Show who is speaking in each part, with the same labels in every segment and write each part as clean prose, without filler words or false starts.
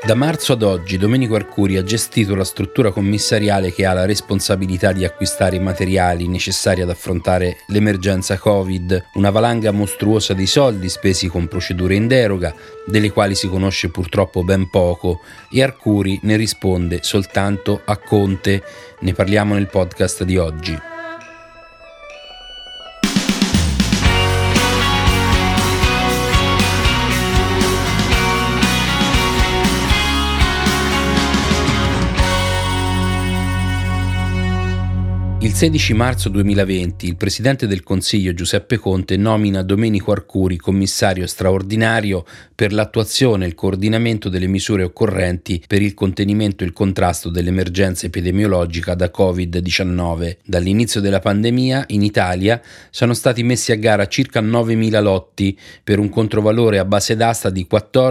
Speaker 1: Da marzo ad oggi Domenico Arcuri ha gestito la struttura commissariale che ha la responsabilità di acquistare i materiali necessari ad affrontare l'emergenza Covid, una valanga mostruosa di soldi spesi con procedure in deroga, delle quali si conosce purtroppo ben poco, e Arcuri ne risponde soltanto a Conte. Ne parliamo nel podcast di oggi. Il 16 marzo 2020 il Presidente del Consiglio Giuseppe Conte nomina Domenico Arcuri commissario straordinario per l'attuazione e il coordinamento delle misure occorrenti per il contenimento e il contrasto dell'emergenza epidemiologica da Covid-19. Dall'inizio della pandemia in Italia sono stati messi a gara circa 9.000 lotti per un controvalore a base d'asta di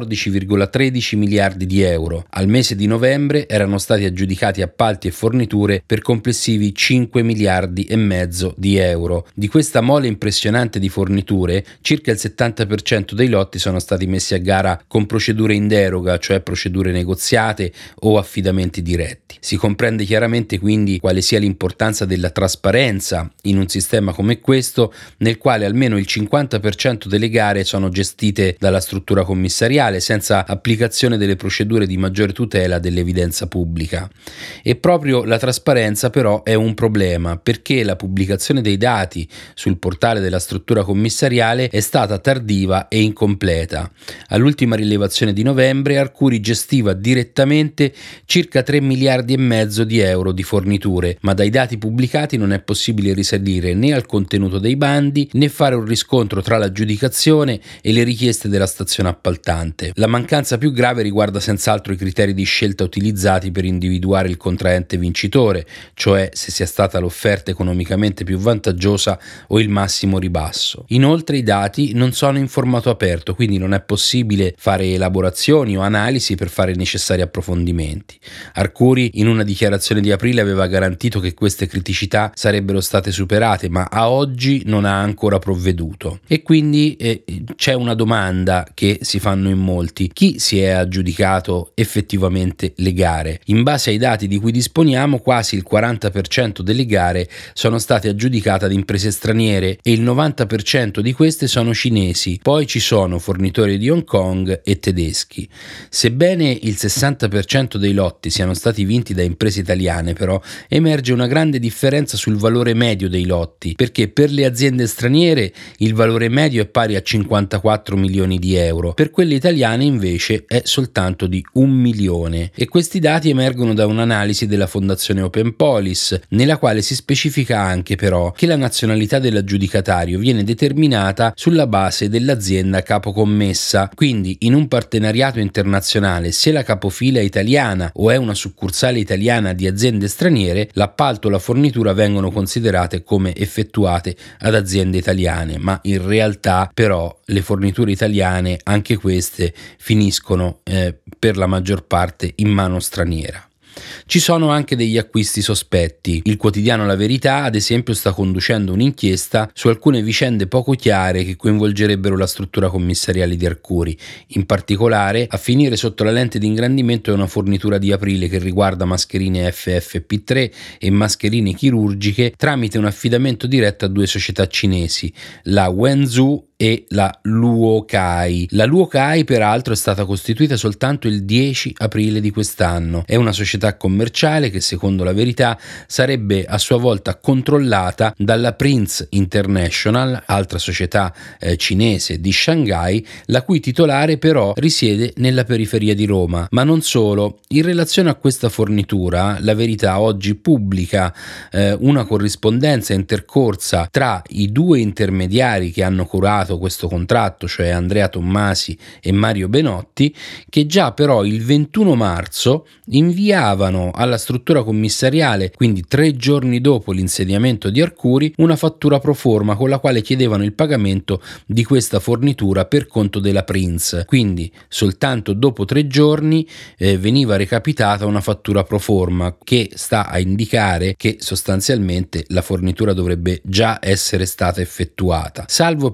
Speaker 1: 14,13 miliardi di euro. Al mese di novembre erano stati aggiudicati appalti e forniture per complessivi 5 miliardi e mezzo di euro. Di questa mole impressionante di forniture, circa il 70% dei lotti sono stati messi a gara con procedure in deroga, cioè procedure negoziate o affidamenti diretti. Si comprende chiaramente quindi quale sia l'importanza della trasparenza in un sistema come questo, nel quale almeno il 50% delle gare sono gestite dalla struttura commissariale senza applicazione delle procedure di maggiore tutela dell'evidenza pubblica. E proprio la trasparenza però è un problema, perché la pubblicazione dei dati sul portale della struttura commissariale è stata tardiva e incompleta. All'ultima rilevazione di novembre Arcuri gestiva direttamente circa 3 miliardi e mezzo di euro di forniture, ma dai dati pubblicati non è possibile risalire né al contenuto dei bandi né fare un riscontro tra l'aggiudicazione e le richieste della stazione appaltante. La mancanza più grave riguarda senz'altro i criteri di scelta utilizzati per individuare il contraente vincitore, cioè se sia stata l'offerta economicamente più vantaggiosa o il massimo ribasso. Inoltre i dati non sono in formato aperto, quindi non è possibile fare elaborazioni o analisi per fare i necessari approfondimenti. Arcuri in una dichiarazione di aprile aveva garantito che queste criticità sarebbero state superate, ma a oggi non ha ancora provveduto. E quindi c'è una domanda che si fanno in molti: chi si è aggiudicato effettivamente le gare? In base ai dati di cui disponiamo, quasi il 40% delle gare sono state aggiudicate ad imprese straniere e il 90% di queste sono cinesi, poi ci sono fornitori di Hong Kong e tedeschi. Sebbene il 60% dei lotti siano stati vinti da imprese italiane, però emerge una grande differenza sul valore medio dei lotti, perché per le aziende straniere il valore medio è pari a 54 milioni di euro, per quelle italiane invece è soltanto di 1 milione, e questi dati emergono da un'analisi della Fondazione Open Polis, nella quale si specifica anche però che la nazionalità dell'aggiudicatario viene determinata sulla base dell'azienda capocommessa. Quindi in un partenariato internazionale, se la capofila è italiana o è una succursale italiana di aziende straniere, l'appalto o la fornitura vengono considerate come effettuate ad aziende italiane, ma in realtà però le forniture italiane, anche queste, finiscono per la maggior parte in mano straniera. Ci sono anche degli acquisti sospetti. Il quotidiano La Verità, ad esempio, sta conducendo un'inchiesta su alcune vicende poco chiare che coinvolgerebbero la struttura commissariale di Arcuri. In particolare, a finire sotto la lente di ingrandimento è una fornitura di aprile che riguarda mascherine FFP3 e mascherine chirurgiche tramite un affidamento diretto a due società cinesi, la Wenzhou e la Luokai. La Luokai peraltro è stata costituita soltanto il 10 aprile di quest'anno. È una società commerciale che, secondo La Verità, sarebbe a sua volta controllata dalla Prince International, altra società cinese di Shanghai, la cui titolare però risiede nella periferia di Roma. Ma non solo. In relazione a questa fornitura, La Verità oggi pubblica una corrispondenza intercorsa tra i due intermediari che hanno curato questo contratto, cioè Andrea Tommasi e Mario Benotti, che già però il 21 marzo inviavano alla struttura commissariale, quindi 3 giorni dopo l'insediamento di Arcuri, una fattura pro forma con la quale chiedevano il pagamento di questa fornitura per conto della Prince. Quindi soltanto dopo 3 giorni veniva recapitata una fattura pro forma che sta a indicare che sostanzialmente la fornitura dovrebbe già essere stata effettuata, salvo però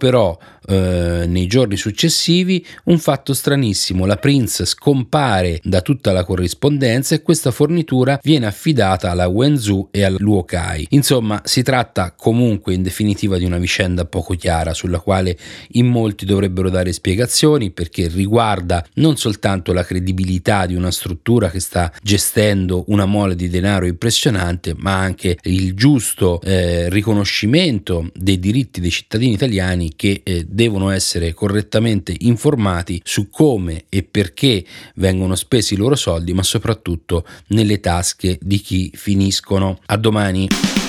Speaker 1: nei giorni successivi un fatto stranissimo: la Prince scompare da tutta la corrispondenza e questa fornitura viene affidata alla Wenzhou e all'Uokai. Insomma, si tratta comunque in definitiva di una vicenda poco chiara, sulla quale in molti dovrebbero dare spiegazioni, perché riguarda non soltanto la credibilità di una struttura che sta gestendo una mole di denaro impressionante, ma anche il giusto riconoscimento dei diritti dei cittadini italiani che devono essere correttamente informati su come e perché vengono spesi i loro soldi, ma soprattutto nelle tasche di chi finiscono. A domani.